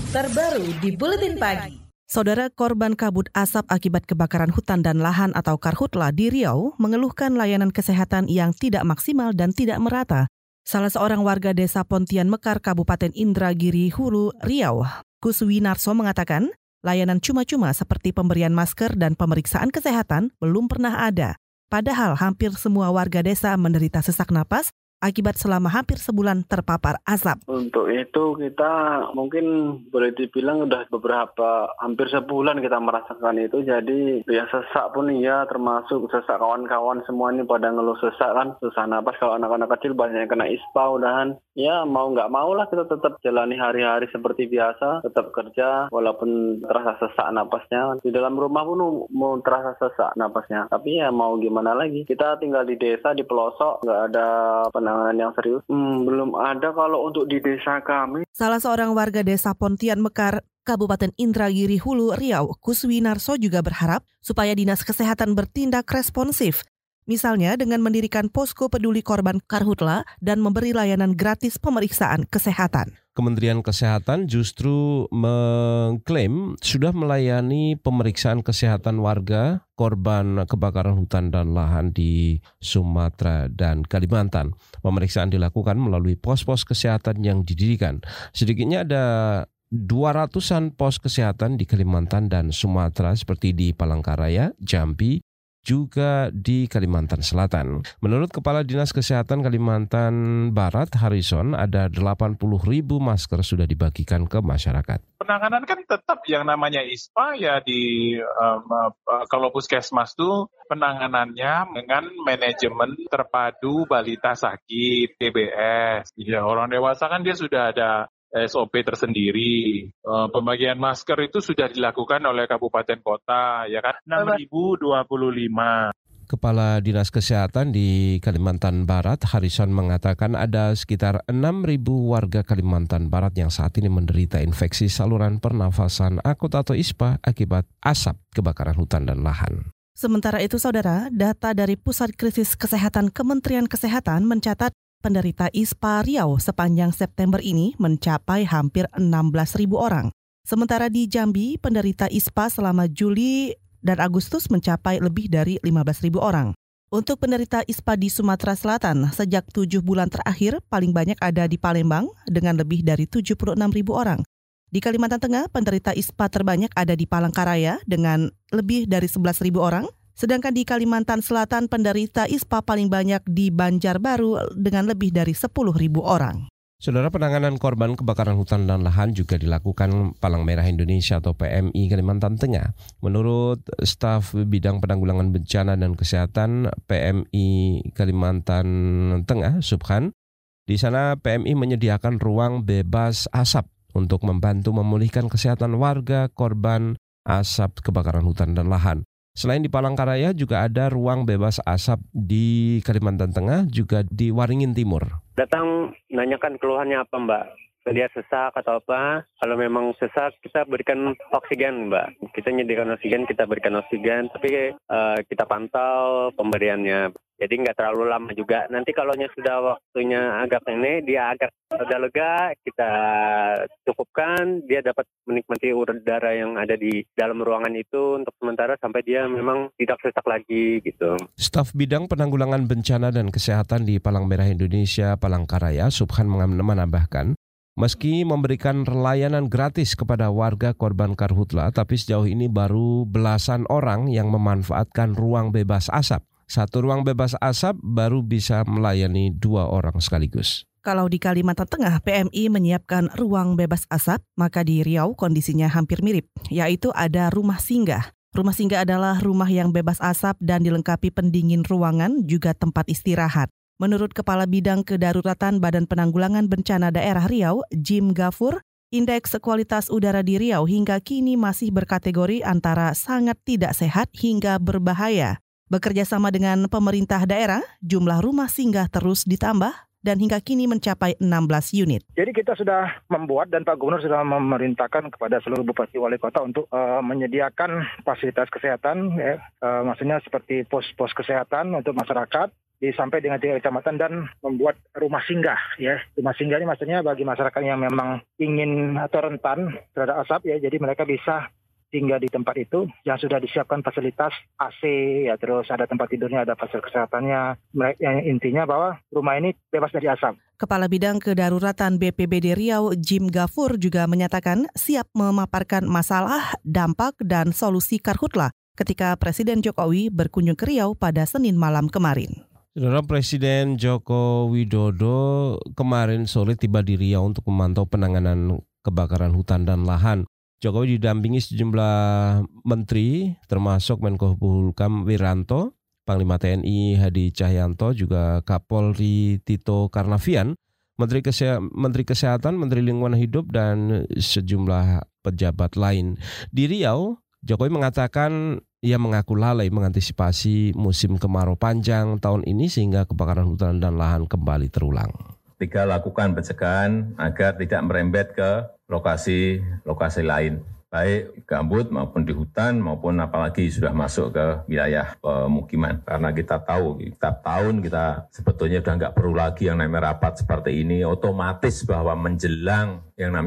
terbaru di Buletin Pagi. Saudara, korban kabut asap akibat kebakaran hutan dan lahan atau Karhutla di Riau mengeluhkan layanan kesehatan yang tidak maksimal dan tidak merata. Salah seorang warga desa Pontian Mekar, Kabupaten Indragiri Hulu, Riau, Kuswinarso mengatakan, layanan cuma-cuma seperti pemberian masker dan pemeriksaan kesehatan belum pernah ada. Padahal hampir semua warga desa menderita sesak napas akibat selama hampir sebulan terpapar asap. Untuk itu kita mungkin boleh dibilang udah hampir sebulan kita merasakan itu. Jadi ya sesak pun iya, termasuk sesak kawan-kawan semua ini pada ngeluh sesak kan. Susah napas, kalau anak-anak kecil banyak yang kena ispa udahan. Ya mau nggak mau lah kita tetap jalani hari-hari seperti biasa. Tetap kerja walaupun terasa sesak napasnya. Di dalam rumah pun mau terasa sesak napasnya. Tapi ya mau gimana lagi. Kita tinggal di desa, di pelosok, nggak ada penanganan yang serius. Belum ada kalau untuk di desa kami. Salah seorang warga desa Pontian Mekar, Kabupaten Indragiri Hulu, Riau, Kuswinarso juga berharap supaya dinas kesehatan bertindak responsif. Misalnya dengan mendirikan posko peduli korban Karhutla dan memberi layanan gratis pemeriksaan kesehatan. Kementerian Kesehatan justru mengklaim sudah melayani pemeriksaan kesehatan warga korban kebakaran hutan dan lahan di Sumatera dan Kalimantan. Pemeriksaan dilakukan melalui pos-pos kesehatan yang didirikan. Sedikitnya ada 200-an pos kesehatan di Kalimantan dan Sumatera seperti di Palangkaraya, Jambi, juga di Kalimantan Selatan. Menurut Kepala Dinas Kesehatan Kalimantan Barat, Harrison, ada 80.000 masker sudah dibagikan ke masyarakat. Penanganan kan tetap yang namanya ISPA ya kalau puskesmas itu penanganannya dengan manajemen terpadu balita sakit, TBS. Ya, orang dewasa kan dia sudah ada SOP tersendiri. Pembagian masker itu sudah dilakukan oleh kabupaten kota, ya kan? 6.025. Kepala Dinas Kesehatan di Kalimantan Barat, Harrison, mengatakan ada sekitar 6.000 warga Kalimantan Barat yang saat ini menderita infeksi saluran pernafasan akut atau ISPA akibat asap kebakaran hutan dan lahan. Sementara itu, saudara, data dari Pusat Krisis Kesehatan Kementerian Kesehatan mencatat penderita ISPA Riau sepanjang September ini mencapai hampir 16.000 orang. Sementara di Jambi, penderita ISPA selama Juli dan Agustus mencapai lebih dari 15.000 orang. Untuk penderita ISPA di Sumatera Selatan, sejak 7 bulan terakhir paling banyak ada di Palembang dengan lebih dari 76.000 orang. Di Kalimantan Tengah, penderita ISPA terbanyak ada di Palangkaraya dengan lebih dari 11.000 orang. Sedangkan di Kalimantan Selatan, penderita ISPA paling banyak di Banjarbaru dengan lebih dari 10.000 orang. Saudara, penanganan korban kebakaran hutan dan lahan juga dilakukan Palang Merah Indonesia atau PMI Kalimantan Tengah. Menurut staf bidang penanggulangan bencana dan kesehatan PMI Kalimantan Tengah, Subhan, di sana PMI menyediakan ruang bebas asap untuk membantu memulihkan kesehatan warga korban asap kebakaran hutan dan lahan. Selain di Palangkaraya juga ada ruang bebas asap di Kalimantan Tengah, juga di Waringin Timur. Datang nanyakan keluhannya apa Mbak? Dia sesak atau apa? Kalau memang sesak kita berikan oksigen Mbak. Kita nyediakan oksigen, kita berikan oksigen. Tapi kita pantau pemberiannya. Jadi nggak terlalu lama juga. Nanti kalau sudah waktunya agak dia agak udah lega, kita cukupkan. Dia dapat menikmati udara yang ada di dalam ruangan itu untuk sementara sampai dia memang tidak sesak lagi gitu. Staf bidang penanggulangan bencana dan kesehatan di Palang Merah Indonesia Palangkaraya, Subhan, menambahkan, meski memberikan layanan gratis kepada warga korban Karhutla, tapi sejauh ini baru belasan orang yang memanfaatkan ruang bebas asap. Satu ruang bebas asap baru bisa melayani 2 orang sekaligus. Kalau di Kalimantan Tengah, PMI menyiapkan ruang bebas asap, maka di Riau kondisinya hampir mirip, yaitu ada rumah singgah. Rumah singgah adalah rumah yang bebas asap dan dilengkapi pendingin ruangan, juga tempat istirahat. Menurut Kepala Bidang Kedaruratan Badan Penanggulangan Bencana Daerah Riau, Jim Gafur, indeks kualitas udara di Riau hingga kini masih berkategori antara sangat tidak sehat hingga berbahaya. Bekerja sama dengan pemerintah daerah, jumlah rumah singgah terus ditambah dan hingga kini mencapai 16 unit. Jadi kita sudah membuat dan Pak Gubernur sudah memerintahkan kepada seluruh bupati wali kota untuk menyediakan fasilitas kesehatan, maksudnya seperti pos-pos kesehatan untuk masyarakat. sampai dengan 3 kecamatan dan membuat rumah singgah ya. Rumah singgah ini maksudnya bagi masyarakat yang memang ingin atau rentan terhadap asap ya, jadi mereka bisa tinggal di tempat itu yang sudah disiapkan fasilitas AC ya, terus ada tempat tidurnya, ada fasilitas kesehatannya. Yang intinya bahwa rumah ini bebas dari asap. Kepala Bidang Kedaruratan BPBD Riau, Jim Gafur, juga menyatakan siap memaparkan masalah, dampak, dan solusi karhutla ketika Presiden Jokowi berkunjung ke Riau pada Senin malam kemarin. Saudara, Presiden Joko Widodo kemarin sore tiba di Riau untuk memantau penanganan kebakaran hutan dan lahan. Jokowi didampingi sejumlah menteri, termasuk Menko Polhukam Wiranto, Panglima TNI Hadi Cahyanto, juga Kapolri Tito Karnavian, Menteri Kesehatan, Menteri Lingkungan Hidup, dan sejumlah pejabat lain. Di Riau, Jokowi mengatakan ia mengaku lalai mengantisipasi musim kemarau panjang tahun ini sehingga kebakaran hutan dan lahan kembali terulang. 3, lakukan pencegahan agar tidak merembet ke lokasi lain, baik gambut maupun di hutan maupun apalagi sudah masuk ke wilayah pemukiman. Karena kita tahu setiap tahun kita sebetulnya sudah nggak perlu lagi yang namanya rapat seperti ini. Otomatis bahwa menjelang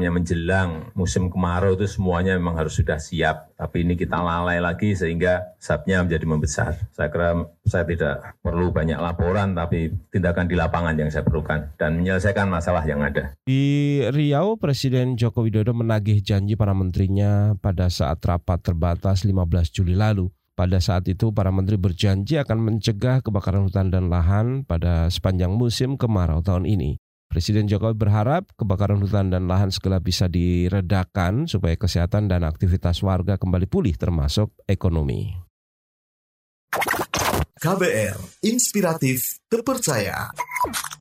musim kemarau itu semuanya memang harus sudah siap. Tapi ini kita lalai lagi sehingga asapnya menjadi membesar. Saya kira saya tidak perlu banyak laporan, tapi tindakan di lapangan yang saya perlukan dan menyelesaikan masalah yang ada. Di Riau, Presiden Joko Widodo menagih janji para menterinya pada saat rapat terbatas 15 Juli lalu. Pada saat itu, para menteri berjanji akan mencegah kebakaran hutan dan lahan pada sepanjang musim kemarau tahun ini. Presiden Jokowi berharap kebakaran hutan dan lahan segera bisa diredakan supaya kesehatan dan aktivitas warga kembali pulih termasuk ekonomi. KBR, inspiratif, terpercaya.